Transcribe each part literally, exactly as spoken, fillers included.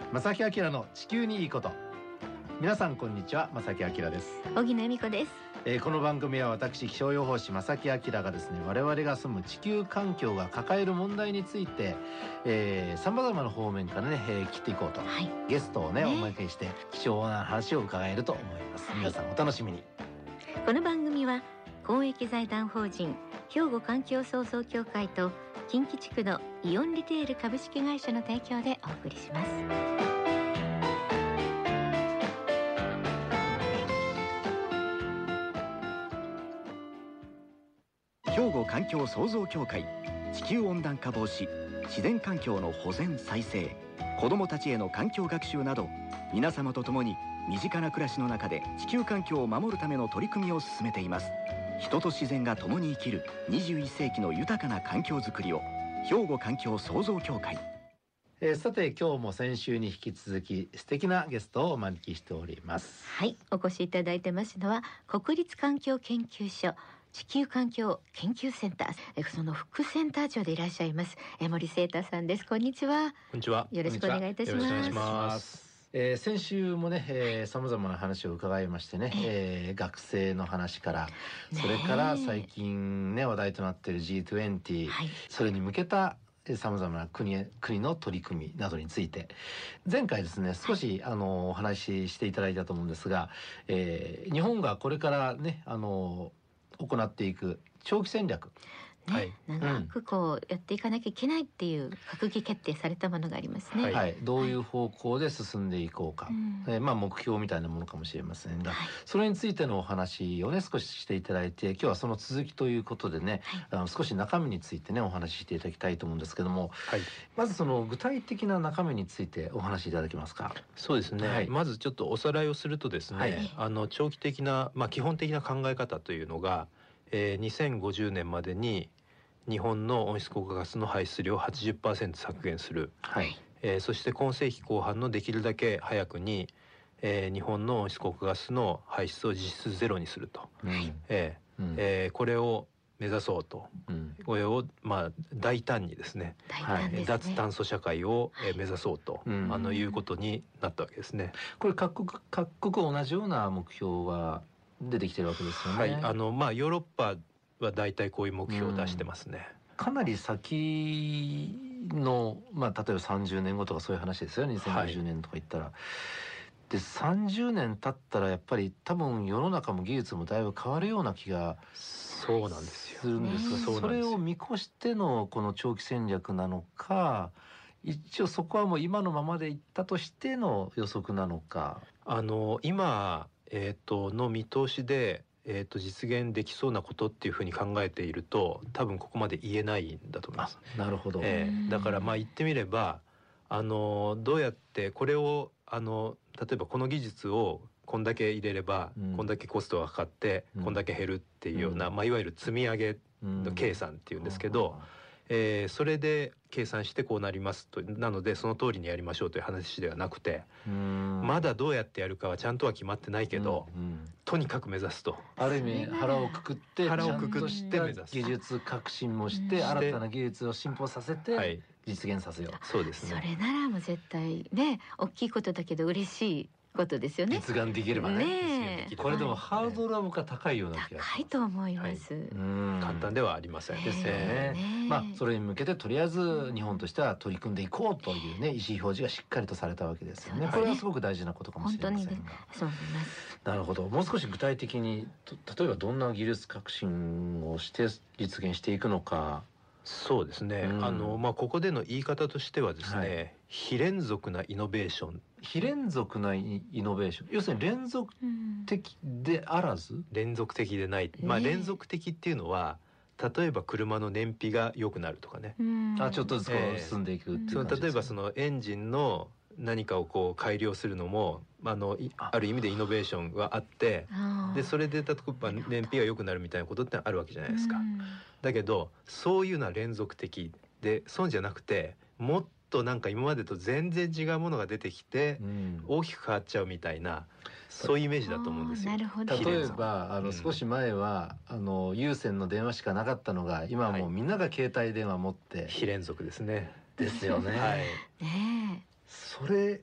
正木明の地球にいいこと。皆さんこんにちは、正木明です。 小木恵美子です。 えー、この番組は私気象予報士正木明がですね、我々が住む地球環境が抱える問題についてさまざまな方面からね、えー、切っていこうと、はい、ゲストをね、ねお招きして貴重な話を伺えると思います、はい、皆さんお楽しみに。 この番組は公益財団法人兵庫環境創造協会と近畿地区のイオンリテール株式会社の提供でお送りします。 兵庫環境創造協会、地球温暖化防止、自然環境の保全再生、子どもたちへの環境学習など、皆様と共に身近な暮らしの中で地球環境を守るための取り組みを進めています。人と自然が共に生きるにじゅういっ世紀の豊かな環境づくりを、兵庫環境創造協会。 えー、さて今日も先週に引き続き素敵なゲストをお招きしております。 はい、お越しいただいてますのは国立環境研究所地球環境研究センター、えその副センター長でいらっしゃいます江森聖太さんです。こんにちは。 こんにちは。 よろしくお願いいたします。 よろしくお願いします。 えー、先週もねさまざまな話を伺いましてね、えー、学生の話から、それから最近ね話題となっている ジートゥエンティー、はい、それに向けたさまざまな国、国の取り組みなどについて前回ですね少し、はい、あのお話ししていただいたと思うんですが、えー、日本がこれからねあの行っていく長期戦略、 ね、はい、長くこうやっていかなきゃいけないっていう閣議決定されたものがありますね。 はいはい、どういう方向で進んでいこうか、はい、えーまあ、目標みたいなものかもしれませんが、はい、それについてのお話をね少ししていただいて、今日はその続きということでね、はい、あの少し中身についてねお話ししていただきたいと思うんですけども、はい、まずその具体的な中身についてお話しいただけますか。 そうですね、はい、まずちょっとおさらいをするとですね、はい、あの長期的な、まあ、基本的な考え方というのが、えー、にせんごじゅうねんまでに日本の温室効果ガスの排出量を はちじゅっパーセント 削減する、はい、えー、そして今世紀後半のできるだけ早くに、えー、日本の温室効果ガスの排出を実質ゼロにすると、うん、えーうんえー、これを目指そうと、うん、これをまあ大胆にですね、はい、脱炭素社会を目指そうと、はい、あのいうことになったわけですね。 これ各国各国同じような目標は出てきてるわけですよね。 はい、あのまあヨーロッパは大体こういう目標を出してますね。 うん、かなり先の、まあ、例えばさんじゅうねんごとかそういう話ですよね。にせんごじゅうねんとか言ったら、はい、でさんじゅうねん経ったらやっぱり多分世の中も技術もだいぶ変わるような気がそうなんですよするんですが、そ, それを見越してのこの長期戦略なのか、一応そこはもう今のままでいったとしての予測なのか。 あの今、えー、との見通しでえー、と実現できそうなことっていうふうに考えていると多分ここまで言えないんだと思います。 なるほど、 えー、だからまあ言ってみればあのどうやってこれをあの例えばこの技術をこんだけ入れれば、うん、こんだけコストがかかって、うん、こんだけ減るっていうような、うん、まあ、いわゆる積み上げの計算っていうんですけど、うんえー、それで計算してこうなりますと、なのでその通りにやりましょうという話ではなくて、うんまだどうやってやるかはちゃんとは決まってないけど、うんうん、とにかく目指すと、 ある意味腹をくくって腹をくくって目指す、 技術革新もして新たな技術を進歩させて実現させよう、はい、 そうですね。 それならもう絶対ね大きいことだけど嬉しいことですよね。 実現できればね。 ねえこれでもハードルは僕は高いような気がします。 高いと思います。はい、 うん簡単ではありません。 ですよね。ねまあそれに向けてとりあえず日本としては取り組んでいこうというね意思表示がしっかりとされたわけですよね。ねこれはすごく大事なことかもしれませんが。 本当にね、そう思います。 なるほど。もう少し具体的に例えばどんな技術革新をして実現していくのか。 そうですね、うんあのまあ、ここでの言い方としてはですね、はい、非連続なイノベーション。 非連続なイノベーション、要するに連続的であらず、うん、 連続的でない、まあ、連続的っていうのは例えば車の燃費が良くなるとかね、 あちょっとずつこう進んでいくっていう感じです、ねえー、例えばそのエンジンの何かをこう改良するのもあのある意味でイノベーションがあって、でそれで例えば燃費が良くなるみたいなことってあるわけじゃないですか。だけどそういうのは連続的で、そうじゃなくてもっとなんか今までと全然違うものが出てきて、うん、大きく変わっちゃうみたいな、そういうイメージだと思うんですよ。 なるほど。 例えばあの、うん、少し前はあの有線の電話しかなかったのが今はもうみんなが携帯電話持って、 非連続ですね。 ですよね。 はい、 ねそれ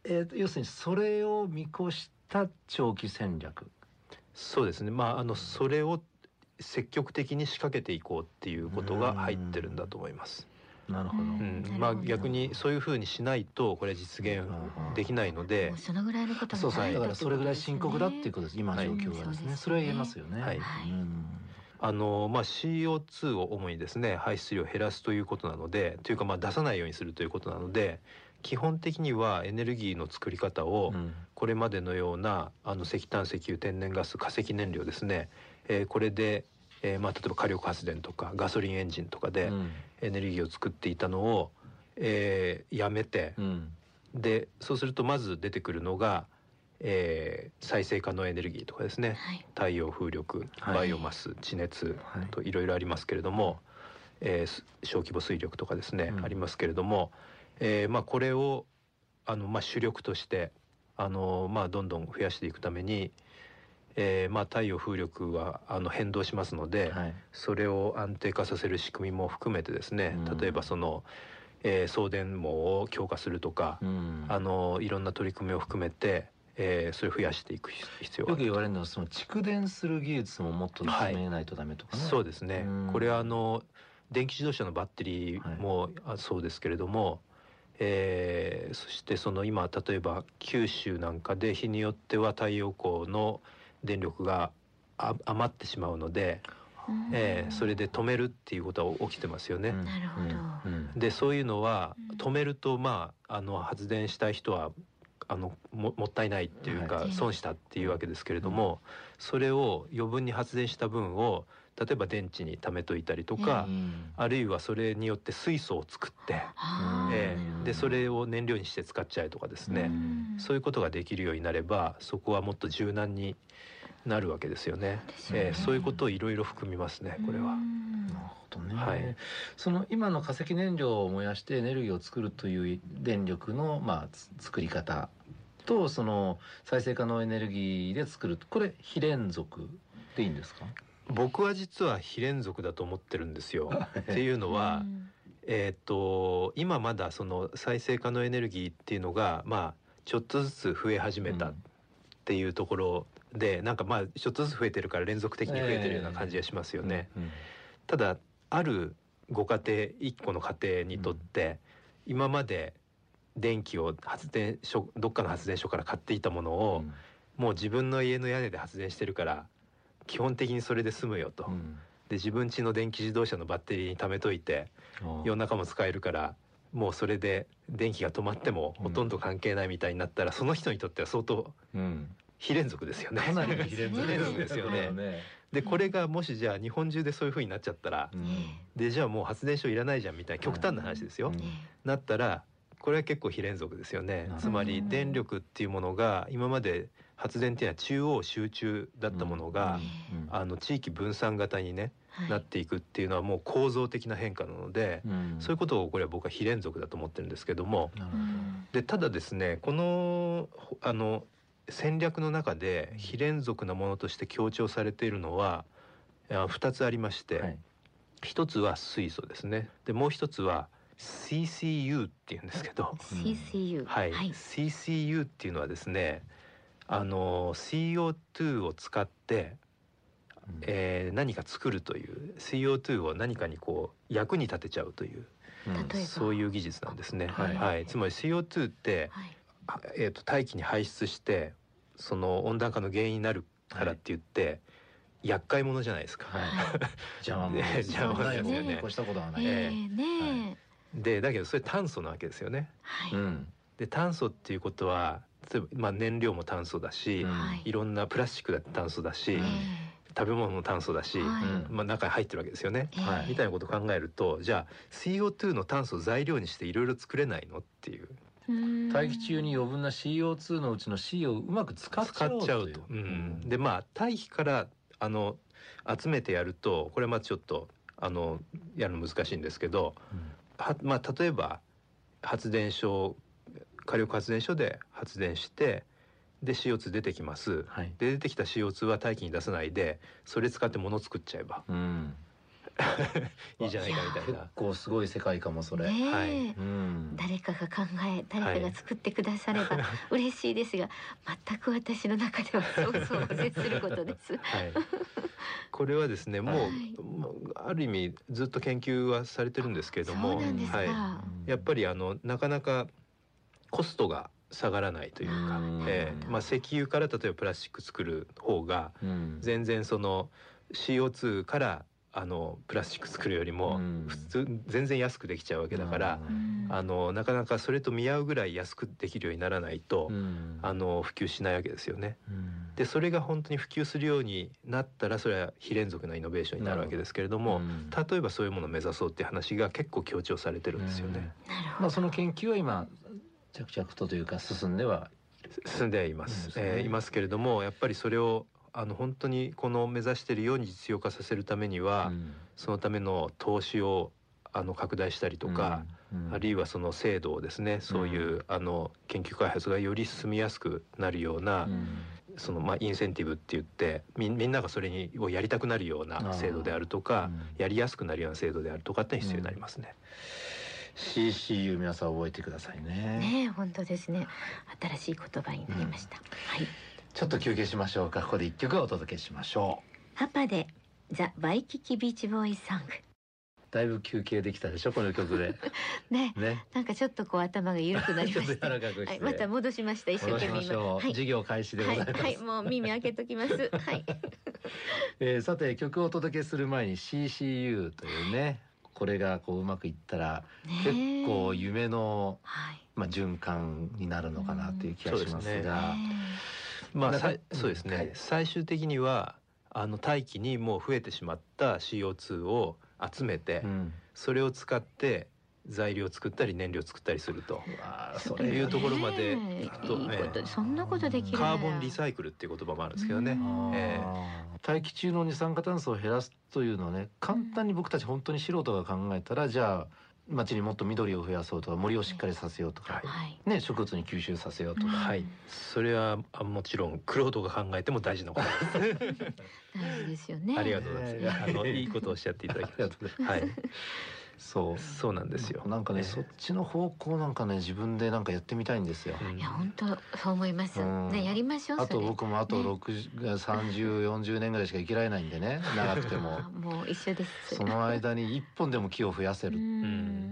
えーと、要するにそれを見越した長期戦略。 そうですね、まあ、あのそれを積極的に仕掛けていこうっていうことが入ってるんだと思います。 なるほど、 うんまあ、逆にそういうふうにしないとこれ実現できないので、 もうそのぐらいのことにそうそう、だからそれぐらい深刻だっていうこことです、今の状況がですね、 はい、 それは言えますよね。 はい、 うんあのまあ、シーオーツー を主にですね排出量を減らすということなので、というかまあ出さないようにするということなので、基本的にはエネルギーの作り方をこれまでのようなあの石炭石油天然ガス化石燃料ですね、えー、これで、えーまあ、例えば火力発電とかガソリンエンジンとかでエネルギーを作っていたのを、えー、やめて、うん、でそうするとまず出てくるのが、えー、再生可能エネルギーとかですね、はい、太陽風力、バイオマス、はい、地熱といろいろありますけれども、えー、小規模水力とかですね、うん、ありますけれども、えーまあ、これをあの、まあ、主力としてあの、まあ、どんどん増やしていくために、えーまあ、太陽風力はあの変動しますので、はい、それを安定化させる仕組みも含めてですね、うん、例えばその、えー、送電網を強化するとか、うん、あのいろんな取り組みを含めて、えー、それを増やしていく必要がある。 よく言われるのはその蓄電する技術ももっと進めないとダメとかね、 はい、そうですね、うん、これはあの電気自動車のバッテリーもそうですけれども、はい、えー、そしてその今例えば九州なんかで日によっては太陽光の電力が余ってしまうので、えー、それで止めるっていうことは起きてますよね。 なるほど。 でそういうのは止めると、まあ、あの発電したい人はあの も, もったいないっていうか損したっていうわけですけれども、それを余分に発電した分を例えば電池に貯めといたりとか、うん、あるいはそれによって水素を作って、えー、でそれを燃料にして使っちゃうとかですね、うん、そういうことができるようになればそこはもっと柔軟になるわけですよね。そうですね、えー、そういうことをいろいろ含みますね、これは。 なるほどね、 はい、 その今の化石燃料を燃やしてエネルギーを作るという電力の、まあ、作り方とその再生可能エネルギーで作る、これ非連続でいいんですか？ 僕は実は非連続だと思ってるんですよ。っていうのは、えー、っと今まだその再生可能エネルギーっていうのが、まあ、ちょっとずつ増え始めたっていうところで、うん、なんかまあちょっとずつ増えてるから連続的に増えてるような感じがしますよね。えーうんうん、ただあるご家庭いっこの家庭にとって、うん、今まで電気を発電所どっかの発電所から買っていたものを、うん、もう自分の家の屋根で発電してるから基本的にそれで済むよと、うん、で自分家の電気自動車のバッテリーに貯めといて夜中も使えるからもうそれで電気が止まってもほとんど関係ないみたいになったら、うん、その人にとっては相当非連続ですよね。 かなり非連続ですよね。でこれがもしじゃあ日本中でそういう風になっちゃったら、うん、でじゃあもう発電所いらないじゃんみたいな極端な話ですよ、うん、なったらこれは結構非連続ですよね。つまり電力っていうものが今まで発電っていうのは中央集中だったものが、うん、あの地域分散型に、ねはい、なっていくっていうのはもう構造的な変化なので、うん、そういうことをこれは僕は非連続だと思ってるんですけども、うん、でただですねこのあの戦略の中で非連続なものとして強調されているのはふたつありまして、はい、ひとつは水素ですね。でもう一つはシーシーユー っていうんですけどシーシーユー、 はいはい、シーシーユー っていうのはですねあの シーオーツー を使って、うんえー、何か作るという シーオーツー を何かにこう役に立てちゃうという、うん、そういう技術なんですね、はいはい、つまり シーオーツー って、はいえー、と大気に排出してその温暖化の原因になるからって言って、はい厄介者じゃないですか。はい、 邪魔者ですよね。越したことはない。 えーねはいでだけどそれ炭素なわけですよね、 はい、 で炭素っていうことは例えば、まあ、燃料も炭素だし、はい、いろんなプラスチックだって炭素だし、うん、食べ物も炭素だし、はいまあ、中に入ってるわけですよね、はい、みたいなことを考えるとじゃあ シーオーツー の炭素を材料にしていろいろ作れないのっていう大気中に余分な シーオーツー のうちの C をうまく使っちゃうという、使っちゃうと、うん、でまあ大気からあの集めてやるとこれはまあちょっとあのやるの難しいんですけど、うんはまあ、例えば発電所火力発電所で発電してで シーオーツー 出てきます、はい、で出てきた シーオーツー は大気に出さないでそれ使って物作っちゃえば、うん、いいじゃないかみたいな。 結構すごい世界かもそれ、 ねはいうん、誰誰かが考え誰かが作ってくだされば嬉しいですが、はい、全く私の中では想像を絶することです、はい、 これはですねもう、はい、ある意味ずっと研究はされてるんですけれども、はい、やっぱりあのなかなかコストが下がらないというか、えーまあ、石油から例えばプラスチック作る方が全然その シーオーツー からあのプラスチック作るよりも普通全然安くできちゃうわけだから、あのなかなかそれと見合うぐらい安くできるようにならないとあの普及しないわけですよね。でそれが本当に普及するようになったらそれは非連続なイノベーションになるわけですけれども、例えばそういうものを目指そうっていう話が結構強調されてるんですよね。 まあ、その研究は今着々とというか進んでは進んではいます、うんえー、いますけれども、やっぱりそれをあの本当にこの目指しているように実用化させるためには、うん、そのための投資をあの拡大したりとか、うんうん、あるいはその制度をですね、そういう、うん、あの研究開発がより進みやすくなるような、うん、そのまあインセンティブって言ってみ、みんながそれにをやりたくなるような制度であるとか、うん、やりやすくなるような制度であるとかって必要になりますね。 うん、シーシーユー 皆さん覚えてくださいね。 ね、本当ですね。新しい言葉になりました。うん、はい。 ちょっと休憩しましょうか。ここで一曲お届けしましょう。 ハパでザ・ワイキキビーチボーイソング。 だいぶ休憩できたでしょこの曲で。 ね、ね、なんかちょっとこう頭が緩くなりました。 柔らかくして、 はい、また戻しました。一生懸命今、 はい、授業開始でございます。 はい、はい、もう耳開けときます。はい。 えー、さて曲をお届けする前に シーシーユー というね、これがこううまくいったら結構夢の、はい、まあ循環になるのかなという気がしますが、 まあそうですね、はい、最終的にはあの大気にもう増えてしまった シーオーツー を集めて、うん、それを使って材料を作ったり燃料を作ったりするとそういうところまでいくと、 ね、えー、そんなことできるカーボンリサイクルっていう言葉もあるんですけどね、えー、大気中の二酸化炭素を減らすというのはね、簡単に僕たち本当に素人が考えたら、じゃあ街にもっと緑を増やそうとか森をしっかりさせようとか、はい、ね、植物に吸収させようとか、 はい、それはもちろんクロードが考えても大事なことです。 大事ですよね。 ありがとうございます。あのいいことをおっしゃっていただきありがとうございます。はい。そうそうなんですよ。 なんかね、えー、そっちの方向なんかね自分でなんかやってみたいんですよ。 いや本当そう思います。ね、やりましょう。 あと僕もあとろくじゅう、さんじゅう、よんじゅうねんぐらいしか生きられないんでね、長くても。 もう一緒です。 その間に一本でも木を増やせる。うん、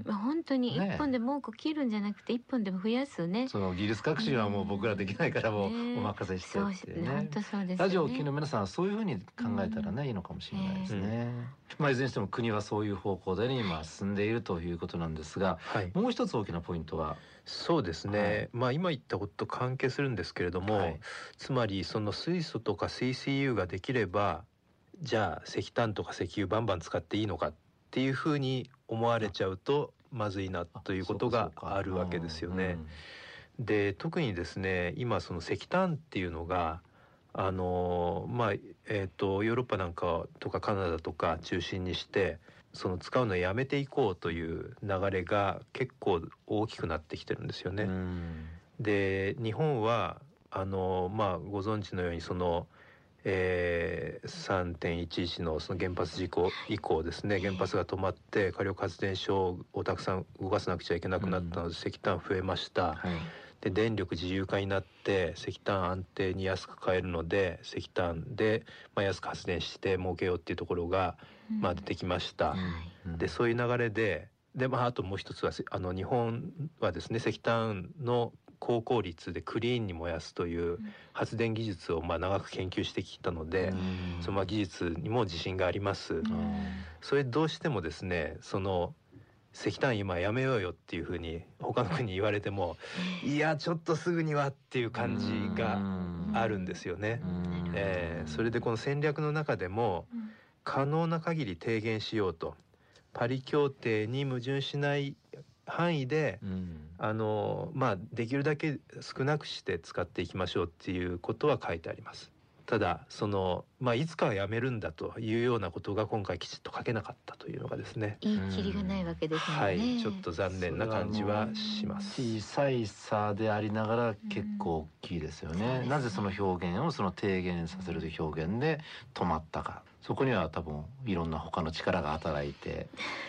まあ本当に一本でも多く切るんじゃなくて一本でも増やすね。 その技術革新はもう僕らできないからもうお任せしてってね。 本当そうですね。 ラジオを聴きの皆さんはそういうふうに考えたらねいいのかもしれないですね。まあいずれにしても国はそういう方向でね今進んでいるということなんですが、はい、もう一つ大きなポイントはそうですね、はい、まあ今言ったことと関係するんですけれども、はい、つまりその水素とか シーシーユー ができればじゃあ石炭とか石油バンバン使っていいのかっていうふうに思われちゃうとまずいなということがあるわけですよね。うん、で特にですね今その石炭っていうのがあのまあえーとヨーロッパなんかとかカナダとか中心にしてその使うのをやめていこうという流れが結構大きくなってきてるんですよね。で日本はあのまあご存知のようにその、えー、さんてんいちいち のその原発事故以降ですね、原発が止まって火力発電所をたくさん動かさなくちゃいけなくなったので石炭増えました。はい、で電力自由化になって石炭安定に安く買えるので石炭で、まあ、安く発電して儲けようっていうところが、まあ、出てきました。うん、でそういう流れでで、まあ、あともう一つはあの日本はですね石炭の高効率でクリーンに燃やすという発電技術をまあ長く研究してきたので、うん、そのまあ技術にも自信があります。うん、それどうしてもですねその石炭今やめようよっていうふうに他の国に言われてもいやちょっとすぐにはっていう感じがあるんですよね。えー、それでこの戦略の中でも可能な限り低減しようとパリ協定に矛盾しない範囲で、うん、あのまあできるだけ少なくして使っていきましょうっていうことは書いてあります。ただその、まあ、いつかはやめるんだというようなことが今回きちっと書けなかったというのがですね言い切りがないわけですもんね。 はい、ちょっと残念な感じはします。 小さい差でありながら結構大きいですよね。なぜその表現をその低減させるという表現で止まったか、そこには多分いろんな他の力が働いて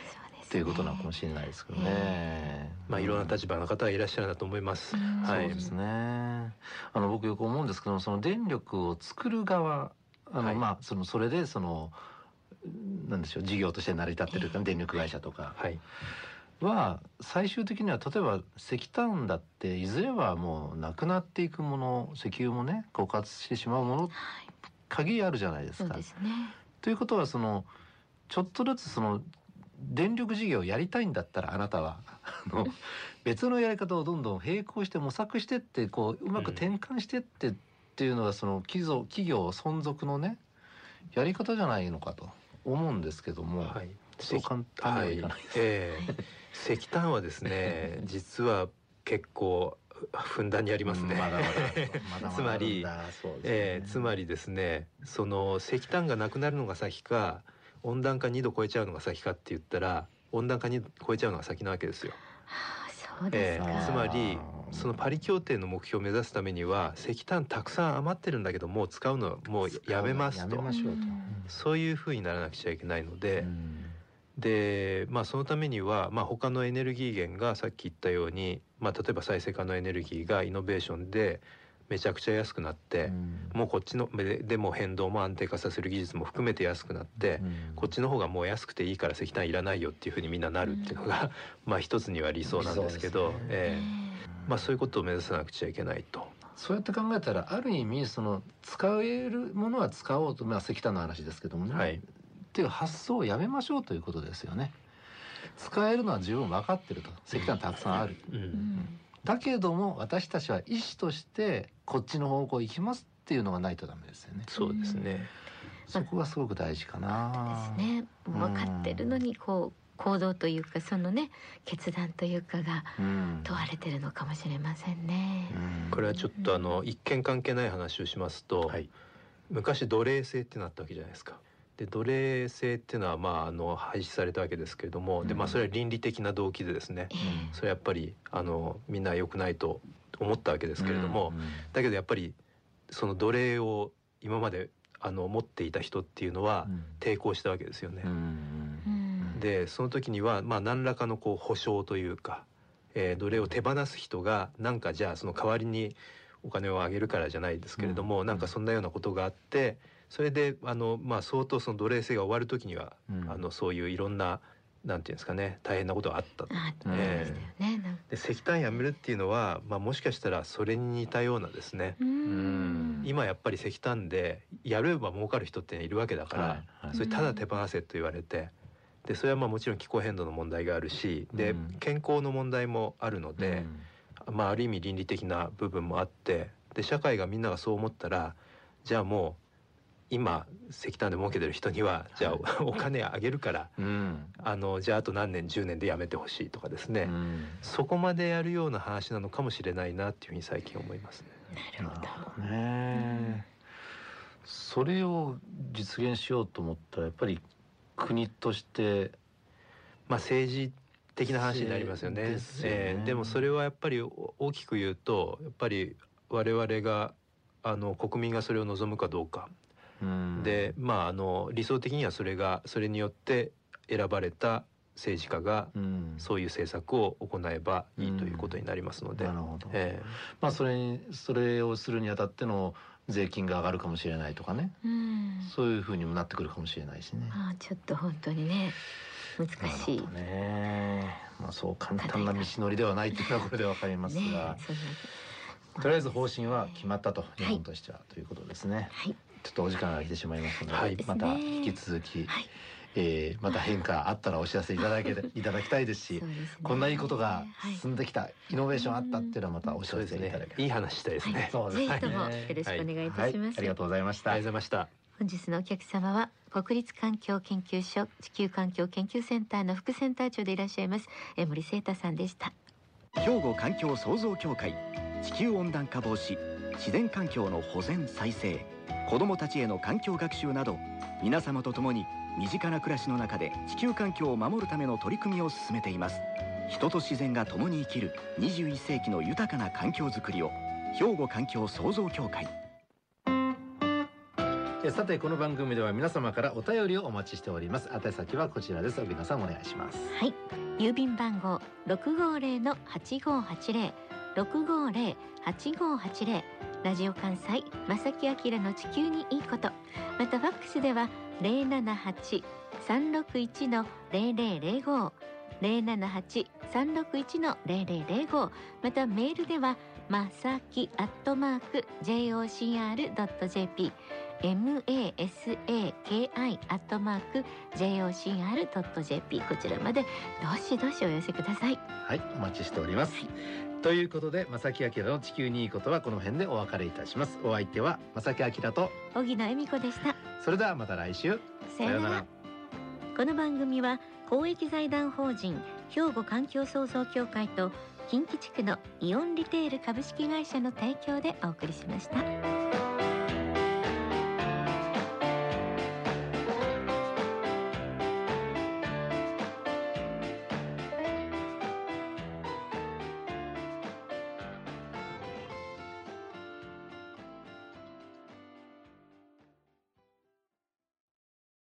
っていうことなのかもしれないですけどね。 まあいろんな立場の方がいらっしゃるんだと思います。 はい、そうですね。あの僕よく思うんですけども、その電力を作る側、あの、はい、まあそのそれでそのなんでしょう、事業として成り立ってるか、電力会社とかは最終的には、例えば石炭だっていずれはもうなくなっていくもの、石油もね枯渇してしまうもの、限りあるじゃないですか。 そうですね。 ということは、そのちょっとずつその電力事業をやりたいんだったら、あなたはあの別のやり方をどんどん並行して模索してって、こううまく転換してってっていうのが、その企業企業存続のねやり方じゃないのかと思うんですけども、はい、そう簡単にはいかないです。 はい、えー、石炭はですね実は結構ふんだんにありますね。 まだまだまだまだつまり、えー、つまりですね、その石炭がなくなるのが先か、温暖化にど超えちゃうのが先かって言ったら、温暖化にど超えちゃうのが先なわけですよ。 はあ、そうですか。 えー、つまりそのパリ協定の目標を目指すためには、石炭たくさん余ってるんだけどもう使うのはもうやめますと、そういうふうにならなくちゃいけないので、で、まあ、そのためには、まあ、他のエネルギー源がさっき言ったように、まあ、例えば再生可能エネルギーがイノベーションでめちゃくちゃ安くなって、うん、もうこっちので、でも変動も安定化させる技術も含めて安くなって、うん、こっちの方がもう安くていいから石炭いらないよっていうふうにみんななるっていうのが、うん、まあ一つには理想なんですけど、そうですね、えーまあ、そういうことを目指さなくちゃいけないと。 そうやって考えたら、ある意味その使えるものは使おうと、まあ、石炭の話ですけどもね、はい、っていう発想をやめましょうということですよね。使えるのは十分分かってると、石炭たくさんある、うんうん、だけども私たちは意思としてこっちの方向行きますっていうのがないとダメですよね。 そうですね、 そこがすごく大事かな。 ですね。分かってるのにこう行動というか、そのね決断というかが問われてるのかもしれませんね。 うん、これはちょっとあの一見関係ない話をしますと、はい、昔奴隷制ってなったわけじゃないですか。で奴隷制っていうのはまああの廃止されたわけですけれども、うん、でまあそれは倫理的な動機でですね、うん、それはやっぱりあのみんな良くないと思ったわけですけれども、うんうん、だけどやっぱりその奴隷を今まであの持っていた人っていうのは抵抗したわけですよね。うん、でその時にはまあ何らかのこう保証というか、えー、奴隷を手放す人がなんかじゃあその代わりにお金をあげるからじゃないですけれども、うん、なんかそんなようなことがあって、それであの、まあ、相当その奴隷制が終わる時には、うん、あのそういういろんななんていうんですかね、大変なことがあったと。で石炭やめるっていうのは、まあ、もしかしたらそれに似たようなですね、うん今やっぱり石炭でやれば儲かる人っているわけだから、はいはい、それただ手放せと言われて、でそれはまあもちろん気候変動の問題があるし、で、うん、健康の問題もあるので、うんまあ、ある意味倫理的な部分もあって、で社会がみんながそう思ったら、じゃあもう今石炭で儲けてる人にはじゃあお金あげるから、うん、あのじゃああと何年じゅうねんでやめてほしいとかですね、うん、そこまでやるような話なのかもしれないなっていうふうに最近思いますね。 なるほどね、 うん、それを実現しようと思ったらやっぱり国としてまあ政治的な話になりますよね。で、えー、でもそれはやっぱり大きく言うと、やっぱり我々があの国民がそれを望むかどうかで、まあ、あの理想的にはそれがそれによって選ばれた政治家がそういう政策を行えばいいということになりますので、 なるほど、えー、まあそれにそれをするにあたっての税金が上がるかもしれないとかね、うんそういうふうにもなってくるかもしれないしね。 あちょっと本当にね難しいね、まあ、そう簡単な道のりではないっていうのはこれでわかりますが、ね、とりあえず方針は決まったと、日本としては、はい、ということですね、はい、ちょっとお時間が来てしまいますので、はい、また引き続き、はいえー、また変化あったらお知らせいただけいただきたいですし、ね、こんないいことが進んできた、はい、イノベーションあったっていうのはまたお知らせいただければ、 ね、いい話したいですね、 はい、ぜひともよろしくお願いいたします、はいはい、 ありがとうございました。 ありがとうございました。 本日のお客様は国立環境研究所地球環境研究センターの副センター長でいらっしゃいます江森聖太さんでした。 兵庫環境創造協会、地球温暖化防止、自然環境の保全再生、子どもたちへの環境学習など、皆様と共に身近な暮らしの中で地球環境を守るための取り組みを進めています。人と自然が共に生きるにじゅういっ世紀の豊かな環境づくりを、兵庫環境創造協会。 えさてこの番組では皆様からお便りをお待ちしております。宛先はこちらです。荻野さんお願いします。 はい、郵便番号 ろくごーぜろのはちごーはちぜろ ろくごーぜろ はちごーはちぜろ、ラジオ関西正木明の地球にいいこと。またファックスでは ゼロななはち さんろくいち のゼロゼロゼロご ゼロななはち さんろくいち のゼロゼロゼロご、またメールではまさきアットマーク ジェイオーシーアールドットジェーピー マサキ アットマーク ジェイオーシーアールドットジェーピー こちらまでどしどしお寄せください。 はい、お待ちしております、はい、ということで正木明の地球にいいことはこの辺でお別れいたします。お相手は正木明と荻野恵美子でした。 それではまた来週、 さようなら。この番組は公益財団法人兵庫環境創造協会と近畿地区のイオンリテール株式会社の提供でお送りしました。